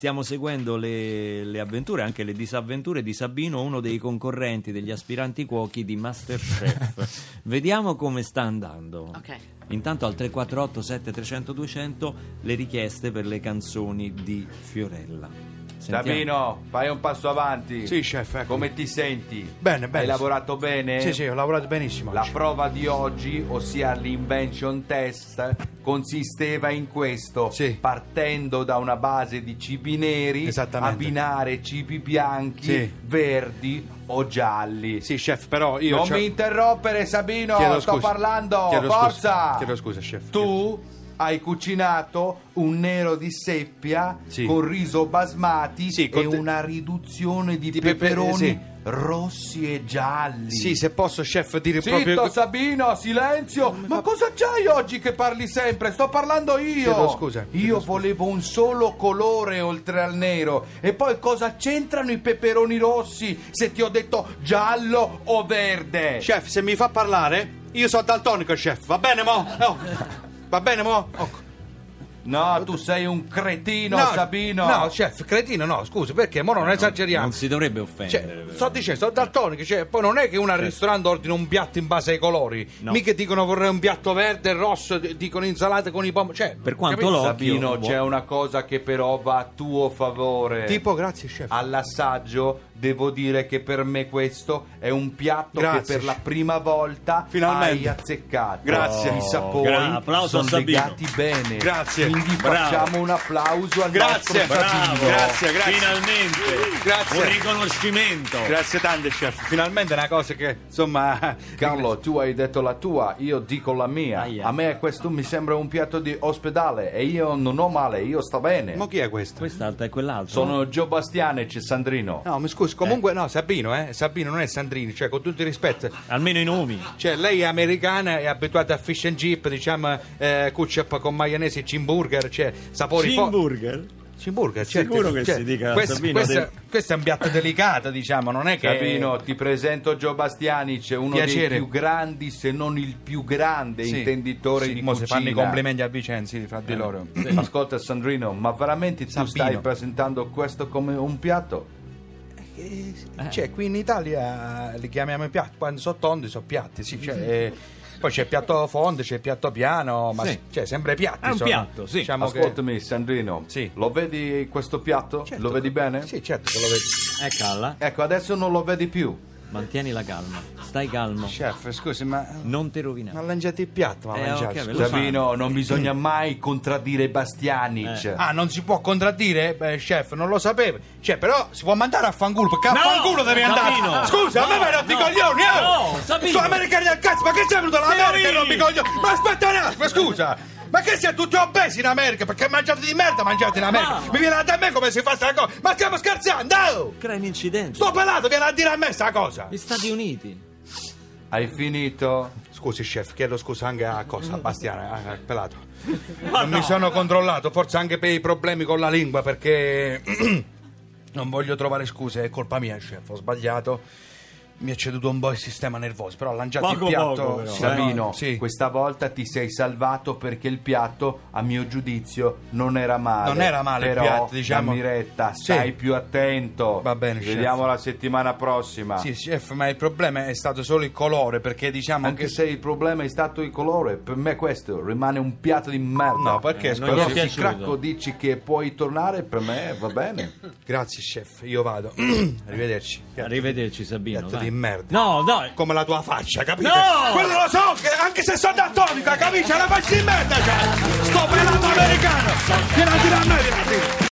Stiamo seguendo le avventure, anche le disavventure di Sabino, uno dei concorrenti degli aspiranti cuochi di MasterChef. Vediamo come sta andando. Ok. Intanto al 348 7300 200 le richieste per le canzoni di Fiorella. Sentiamo. Sabino, fai un passo avanti. Sì, chef, ecco. Come ti senti? Bene, bene. Hai lavorato bene? Sì, ho lavorato benissimo. La oggi. prova di oggi, ossia l'invention test, consisteva in questo: Sì. partendo da una base di cibi neri, Esattamente. abbinare cibi bianchi, Sì. verdi o gialli. Sì, chef, però io Non mi interrompere, Sabino, Chiedo sto scusa. parlando. Chiedo Forza! scusa. Chiedo scusa, chef. Tu hai cucinato un nero di seppia Sì. con riso basmati Sì, e con una riduzione di pepe- peperoni sì. rossi e gialli. Sì, se posso, chef, dire Zitto, proprio... Sabino, silenzio! Ma cosa c'hai oggi che parli sempre? Sto parlando io! Chiedo scusa, chiedo Io scusa. volevo un solo colore oltre al nero. E poi cosa c'entrano i peperoni rossi se ti ho detto giallo o verde? Chef, se mi fa parlare, io sono daltonico, chef, va bene, mo? Oh. Va bene, mo? Oh. No, tu sei un cretino, Sabino! No, chef, cretino, no, scusi, perché? Mo non esageriamo. Non si dovrebbe offendere. Cioè, sto dicendo, sono daltonico, cioè, poi non è che uno al ristorante ordina un piatto in base ai colori. No. Mica dicono vorrei un piatto verde e rosso, dicono insalate con i pomodori. Cioè, Per quanto capito? l'occhio... Sabino, c'è una cosa che però va a tuo favore. Tipo, grazie, chef. All'assaggio devo dire che per me questo è un piatto Grazie. che per la prima volta Finalmente. hai azzeccato. Grazie. I sapori Applauso a sono Sabino. legati bene. Grazie. Quindi Bravo. facciamo un applauso al Grazie. nostro Sabino. Bravo, Grazie. finalmente Grazie. un riconoscimento. Grazie tante, chef. Finalmente è una cosa che, insomma... Carlo, tu hai detto la tua, io dico la mia. Aia. A me questo mi sembra un piatto di ospedale e io non ho male, io sto bene. Ma chi è questo? Quest'altro è quell'altro. Sono Gio Bastianic, Sandrino. No, mi scusi, comunque no, Sabino, Sabino non è Sandrini, cioè con tutto il rispetto. Almeno i nomi. Cioè, lei è americana, è abituata a fish and chip, diciamo, ketchup con maionese e cimburger, cioè sapori Cheeseburger? Cimburger, certo. Sicuro che Cioè, si dica, questo, Sabino, questo è un piatto delicato, diciamo, non è che... Sabino, ti presento Gio Bastianic, uno Piacere. dei più grandi, se non il più grande Sì. intenditore Sì, di mo cucina. si fanno i complimenti a Vicenzi fra di loro. Ascolta Sandrino, ma veramente tu Sabino. stai presentando questo come un piatto? Cioè, qui in Italia li chiamiamo i piatti, quando sono tondi sono piatti, sì, cioè, poi c'è il piatto fondo, c'è il piatto piano, ma Sì. cioè, sempre piatti. È un sono. piatto, sì. Diciamo che... Ascoltami Sandrino, Sì. lo vedi questo piatto? Certo. Lo vedi bene? Sì, certo che lo vedi. Calla, Ecco, adesso non lo vedi più. mantieni la calma. Stai calmo. Chef, scusi, ma... Non ti Ma rovinare. ha lanciato il piatto, ma ha lanciato, ok, scusi. lo fa. Sabino, non bisogna mai contraddire Bastianic. Ah, non si può contraddire? Beh, chef, non lo sapevo. Cioè, però si può mandare a fanculo, perché a No, fanculo devi andare. Sabino. Scusa, a me No, vai rotti i no. coglioni, No, Sabino. Sono americani al cazzo, ma che sei venuto dall'America e rompi i coglioni? Ma aspetta un attimo, scusa. Ma che siete tutti obesi in America? Perché mangiate di merda, mangiate in America. No. Mi viene a dire a me come si fa sta cosa? Ma stiamo scherzando, oh! Crea un incidente. Sto pelato, viene a dire a me sta cosa. Gli Stati Uniti. Hai finito? Scusi, chef, chiedo scusa anche a cosa, a Bastiano, pelato. Non mi sono controllato, forse anche per i problemi con la lingua, perché non voglio trovare scuse, è colpa mia, chef, ho sbagliato. Mi è ceduto un po' il sistema nervoso, però ho lanciato Poco, il piatto. poco, però. Sabino, sì. questa volta ti sei salvato perché il piatto, a mio giudizio, non era male. Non era male il però, piatto, diciamo. dammi retta, Sì. stai più attento. Va bene, chef. Vediamo la settimana prossima. Sì, chef, ma il problema è stato solo il colore, perché diciamo Anche che... se il problema è stato il colore, per me questo rimane un piatto di merda. No, perché, non scusi? gli è Però se piaciuto. Cracco dici che puoi tornare, per me va bene. Grazie, chef, io vado. Arrivederci. Arrivederci, Sabino. Piatto vai. di merda. No, dai. Come la tua faccia, capito? No! Quello lo so, che anche se sono daltonica, capisci? La faccia di merda, cioè! Sto pelato americano! Vieni a dire a me, vieni a dire!